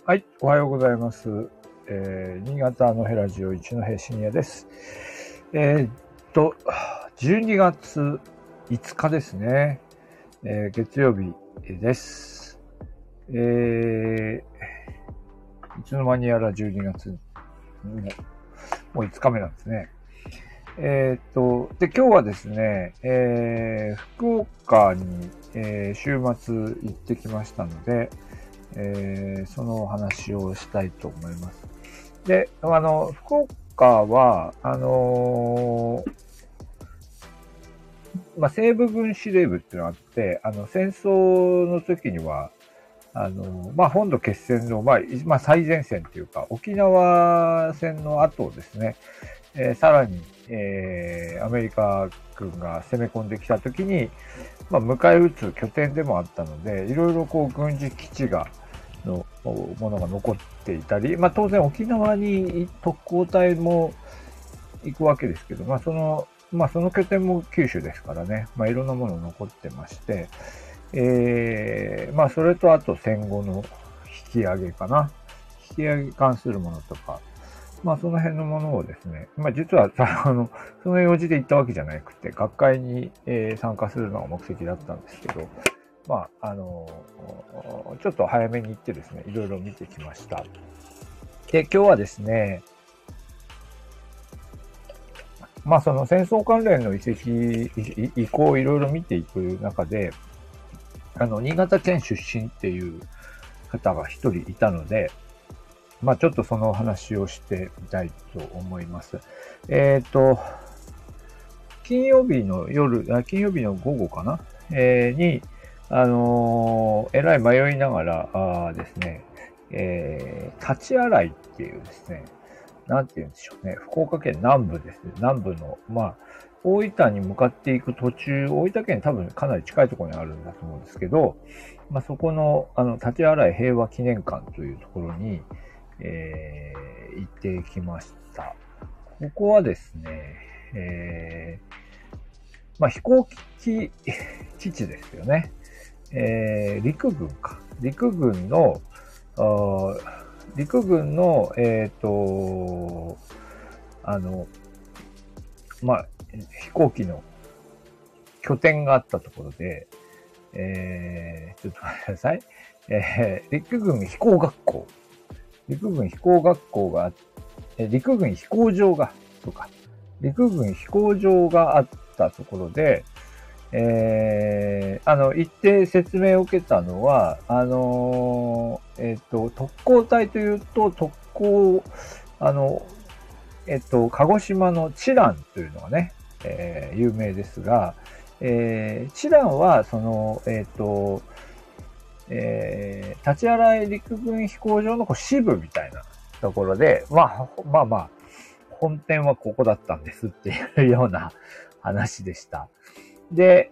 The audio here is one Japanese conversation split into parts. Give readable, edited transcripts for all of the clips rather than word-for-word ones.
はい、おはようございます。新潟のヘラジオ一戸深夜です。12月5日ですね。月曜日です。いつの間にやら12月もう5日目なんですね。で、今日はですね、福岡に、週末行ってきましたので、そのお話をしたいと思います。で、福岡は、西部軍司令部っていうのがあって、戦争の時には、本土決戦の、最前線っていうか、沖縄戦の後ですね、さらに、アメリカ軍が攻め込んできた時に、迎え撃つ拠点でもあったので、いろいろこう軍事基地のものが残っていたり、当然沖縄に特攻隊も行くわけですけど、その拠点も九州ですからね、いろんなもの残ってまして、それとあと戦後の引き上げかな。引き上げに関するものとか、その辺のものをですね、実は、その用事で行ったわけじゃなくて、学会に、参加するのが目的だったんですけど、ちょっと早めに行ってですね、いろいろ見てきました。で、今日はですね、その戦争関連の遺跡、遺構をいろいろ見ていく中で、新潟県出身っていう方が一人いたので、ちょっとその話をしてみたいと思います。金曜日の午後かな、に、えらい迷いながらですね、立ち洗いっていうですね、なんて言うんでしょうね、福岡県南部ですね、南部の、大分に向かっていく途中、大分県多分かなり近いところにあるんだと思うんですけど、そこの、立ち洗い平和記念館というところに、行ってきました。ここはですね、飛行機基地ですよね。陸軍か。陸軍の、飛行機の拠点があったところで、ちょっと待ってください。陸軍飛行学校。陸軍飛行学校があって、陸軍飛行場が、陸軍飛行場があったところで、一定説明を受けたのは、特攻隊というと、鹿児島のチランというのがね、有名ですが、チランは、立ち洗い陸軍飛行場の支部みたいなところで、本店はここだったんですっていうような話でした。で、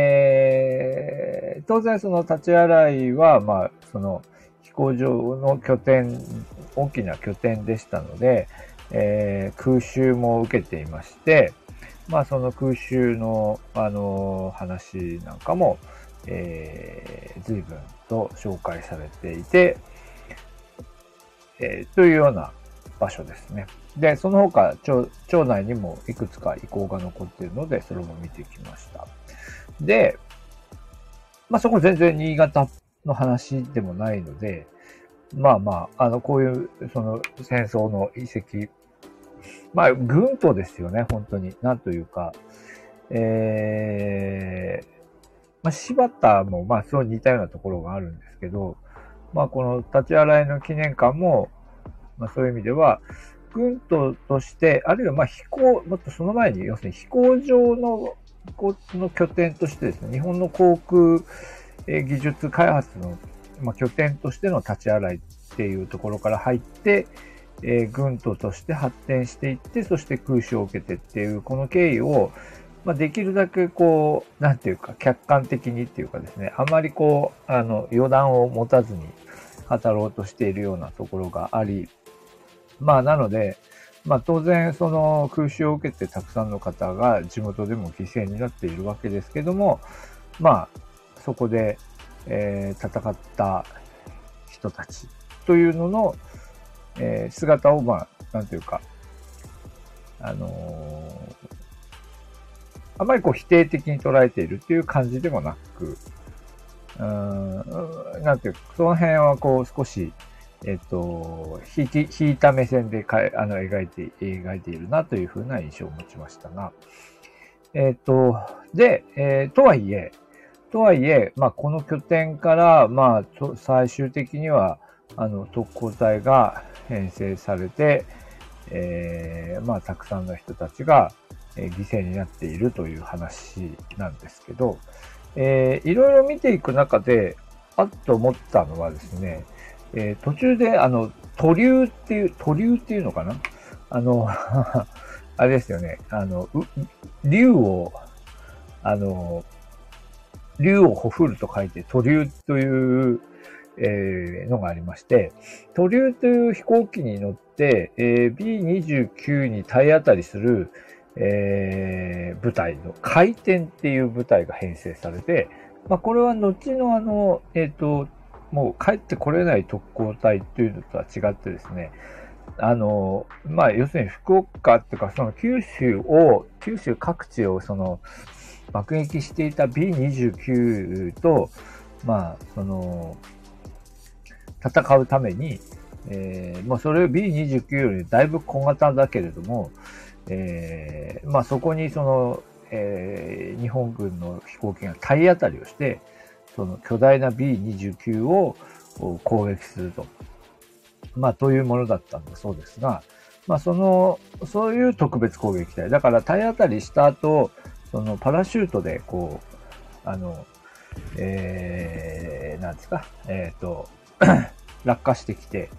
当然その立ち洗いは、その飛行場の拠点、大きな拠点でしたので、空襲も受けていまして、その空襲の、話なんかも、随分と紹介されていて、というような場所ですね。で、その他、町内にもいくつか遺構が残っているので、それも見てきました。で、そこ全然新潟の話でもないので、こういう、その戦争の遺跡、軍都ですよね、本当に。なんというか、柴田もそう似たようなところがあるんですけど、この立ち洗いの記念館も、そういう意味では、軍都として、あるいはもっとその前に、要するに飛行場の拠点としてですね、日本の航空技術開発の、拠点としての立ち洗いっていうところから入って、軍都として発展していって、そして空襲を受けてっていう、この経緯を、できるだけなんていうか、客観的にっていうかですね、あまり予断を持たずに語ろうとしているようなところがあり、なので、当然その空襲を受けてたくさんの方が地元でも犠牲になっているわけですけども、そこで、戦った人たちというのの、姿を、なんていうか、あまり否定的に捉えているっていう感じでもなく、なんていうか、その辺は少し、引いた目線で描いているなというふうな印象を持ちましたが、とはいえ、この拠点から、最終的には、特攻隊が編成されて、たくさんの人たちが、犠牲になっているという話なんですけど、いろいろ見ていく中で、あっと思ったのはですね、途中で、徒竜っていうのかなあれですよね、竜をほふると書いて、徒竜という、のがありまして、徒竜という飛行機に乗って、B29 に体当たりする、部隊の回転っていう部隊が編成されて、これは後のもう帰ってこれない特攻隊というのとは違ってですね、要するに福岡っていうか、その九州各地を爆撃していた B29 と、戦うために、もうそれを B29 よりだいぶ小型だけれども、そこに日本軍の飛行機が体当たりをして、その巨大な B29 を攻撃すると。というものだったんだそうですが、そういう特別攻撃隊。だから体当たりした後、パラシュートで、なんですか、落下してきて、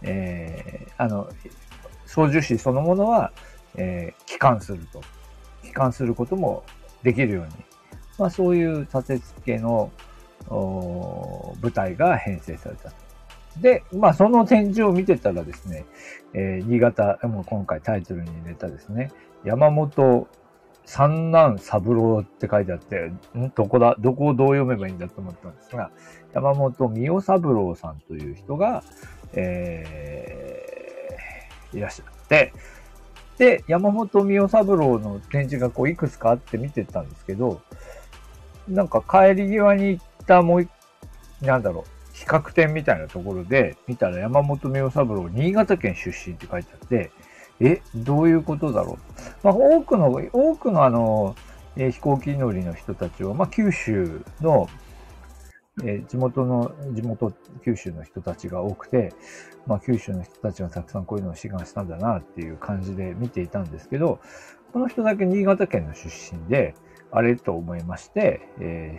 操縦士そのものは、帰還すると。帰還することもできるように。そういう立て付けの部隊が編成された。で、その展示を見てたらですね、新潟、もう今回タイトルに入れたですね、山本三男三郎って書いてあって、どこをどう読めばいいんだと思ったんですが、山本三代三郎さんという人が、いらっしゃって、で、山本三代三郎の展示がいくつかあって見てたんですけど、なんか帰り際に行った比較展みたいなところで見たら山本三代三郎、新潟県出身って書いてあって、どういうことだろう。多くの飛行機乗りの人たちは、九州の、地元、九州の人たちが多くて、九州の人たちがたくさんこういうのを志願したんだなっていう感じで見ていたんですけど、この人だけ新潟県の出身で、あれと思いまして、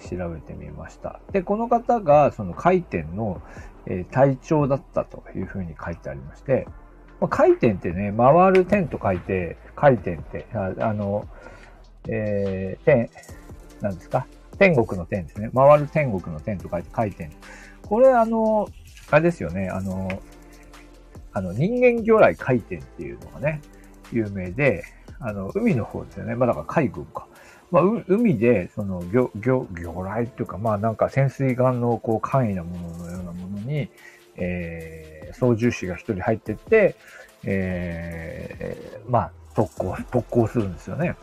調べてみました。で、この方がその回転の、隊長だったというふうに書いてありまして、回転ってね、回る点と書いて、回転って、何ですか？天国の天ですね。回る天国の天と書いて回転。これあれですよね。人間魚雷回転っていうのがね、有名で、海の方ですよね。だから海軍か。海で、魚雷っていうか、潜水艦の簡易なもののようなものに、操縦士が一人入ってって、特攻するんですよね。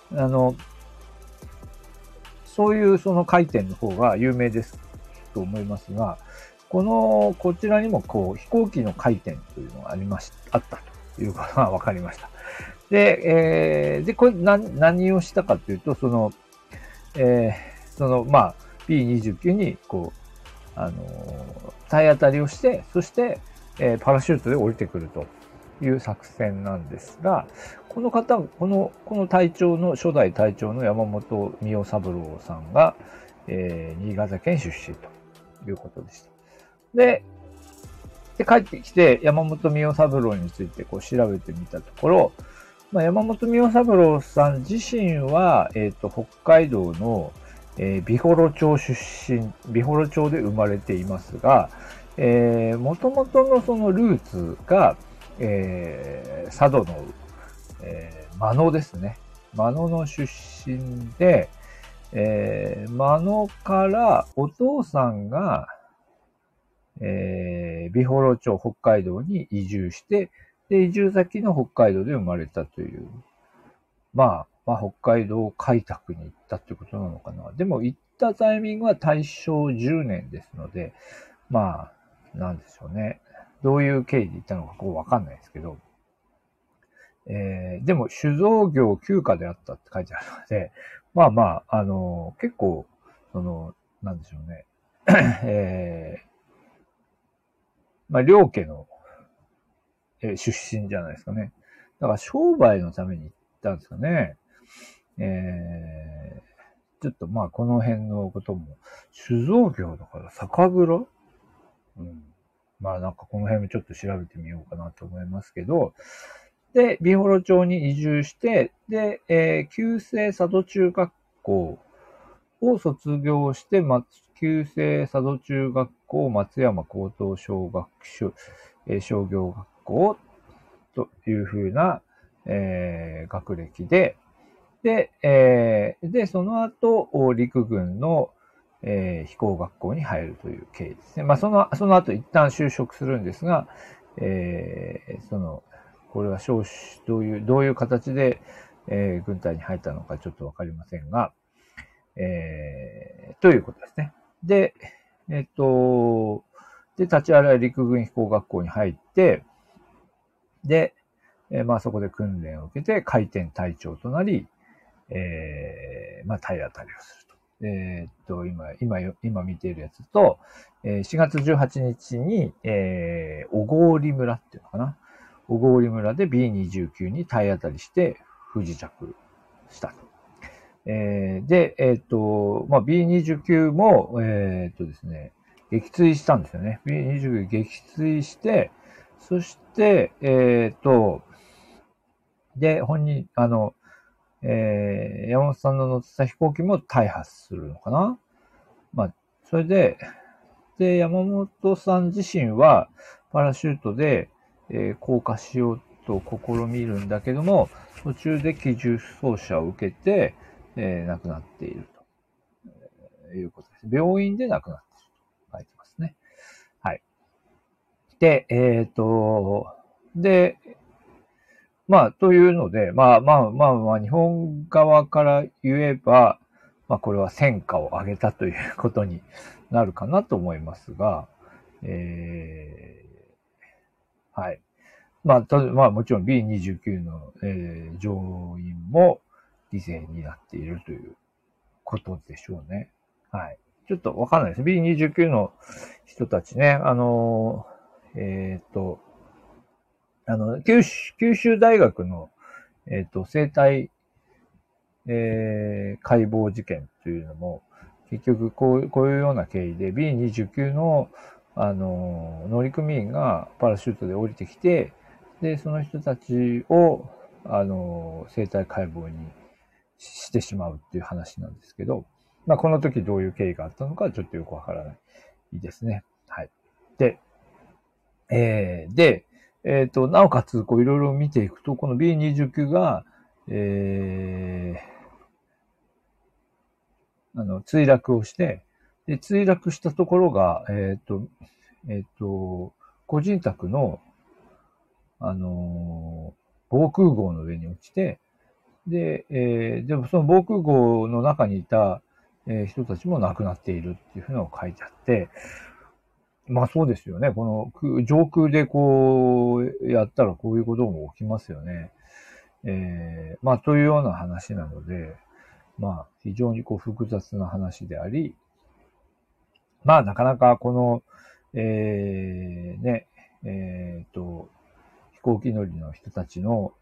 そういう回転の方が有名ですと思いますが、こちらにも飛行機の回転というのがあったということが分かりました。で、これ何をしたかというと、B29 に体当たりをして、そして、パラシュートで降りてくるという作戦なんですが、この方、この初代隊長の山本三代三郎さんが、新潟県出身ということでした。で、帰ってきて山本三代三郎について調べてみたところ、山本三代三郎さん自身は、北海道の、美幌町出身、美幌町で生まれていますが、元々のそのルーツが、佐渡の、真野ですね。真野の出身で、真野からお父さんが、 美幌町、北海道に移住して、で、移住先の北海道で生まれたという、まあ、北海道開拓に行ったってことなのかな。でも、行ったタイミングは大正10年ですので、まあ、なんでしょうね。どういう経緯で行ったのかこうわかんないですけど、でも、酒造業休暇であったって書いてあるので、まあまあ、結構、なんでしょうね。まあ、両家の、出身じゃないですかね。だから商売のために行ったんですかね。ちょっとまあこの辺のことも、酒造業だから酒蔵、うん、まあなんかこの辺もちょっと調べてみようかなと思いますけど、で、美幌町に移住して、で、旧制佐渡中学校を卒業して、旧制佐渡中学校松山高等小学商業学校というふうな、学歴で、で、その後、陸軍の、飛行学校に入るという経緯ですね。まあ、その後一旦就職するんですが、これはどういう形で、軍隊に入ったのかちょっとわかりませんが、ということですね。で、立原陸軍飛行学校に入って、で、まあそこで訓練を受けて回転隊長となり、まあ体当たりをすると。今見ているやつと、4月18日に、小郡村っていうのかな。小郡村で B29 に体当たりして不時着したと。で、まあ、B29 も、ですね、撃墜したんですよね。B29 撃墜して、そして、で、山本さんの乗ってた飛行機も大破するのかな。まあ、それで、山本さん自身はパラシュートで、降下しようと試みるんだけども、途中で機銃掃射を受けて、亡くなっているということです。病院で亡くなっていると書いてますね。はい。で、まあ、というので、まあ、日本側から言えば、まあ、これは戦果を上げたということになるかなと思いますが、はい。まあ、もちろん B29 の、乗員も犠牲になっているということでしょうね。はい。ちょっとわかんないです。B29 の人たちね、九州大学の、生体、解剖事件というのも、結局こういうような経緯で B29 の、乗組員がパラシュートで降りてきて、で、その人たちを、生体解剖にしてしまうっていう話なんですけど、まあ、この時どういう経緯があったのかちょっとよくわからないですね。はい。で、なおかつ、こういろいろ見ていくと、この B29 が、墜落をして、で、墜落したところが、個人宅の、防空壕の上に落ちて、で、でもその防空壕の中にいた、人たちも亡くなっているっていうふうなのが書いてあって、まあそうですよね。この上空でこうやったらこういうことも起きますよね。まあというような話なので、まあ非常にこう複雑な話であり、まあなかなかこの、ね、飛行機乗りの人たちの、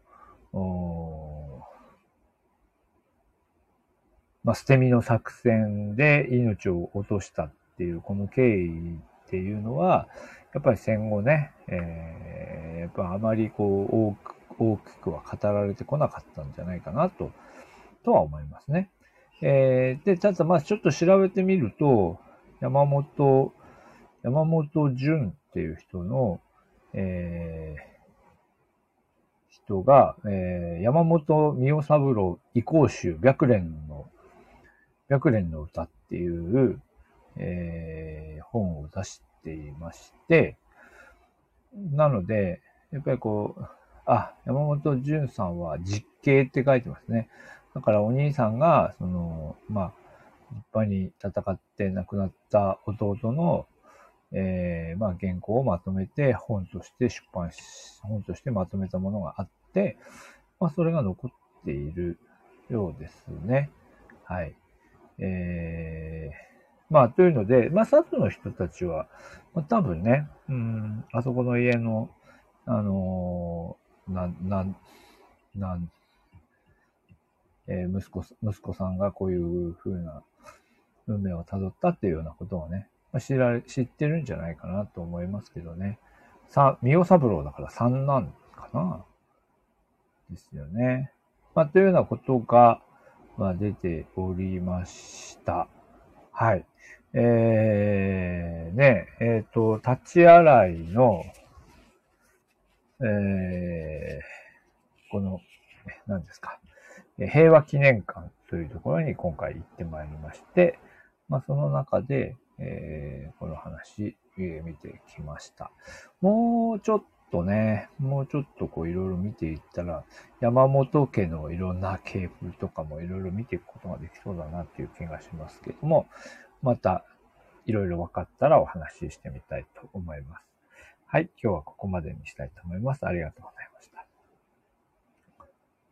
まあ捨て身の作戦で命を落としたっていうこの経緯っていうのは、やっぱり戦後ね、やっぱあまりこう大きくは語られてこなかったんじゃないかなとは思いますね。で、ただまあちょっと調べてみると、山本淳っていう人の、人が、山本三代三郎遺構集白蓮の歌っていう、本を出していまして、なので、やっぱり山本潤さんは実刑って書いてますね。だからお兄さんが、立派に戦って亡くなった弟の、原稿をまとめて本として本としてまとめたものがあって、それが残っているようですね。はい。というので、薩の人たちは、多分ね、あそこの家の、あのーなん、なん、なん、息子さんがこういう風な運命をたどったっていうようなことをね、知ってるんじゃないかなと思いますけどね。三代三郎だから三男かなですよね。というようなことが、出ておりました。はい。立ち洗いの、何ですか、平和記念館というところに今回行ってまいりまして、その中で、この話、見てきました。もうちょっといろいろ見ていったら、山本家のいろんな系譜とかもいろいろ見ていくことができそうだなっていう気がしますけども、またいろいろ分かったらお話ししてみたいと思います。はい、今日はここまでにしたいと思います。ありがとうございました。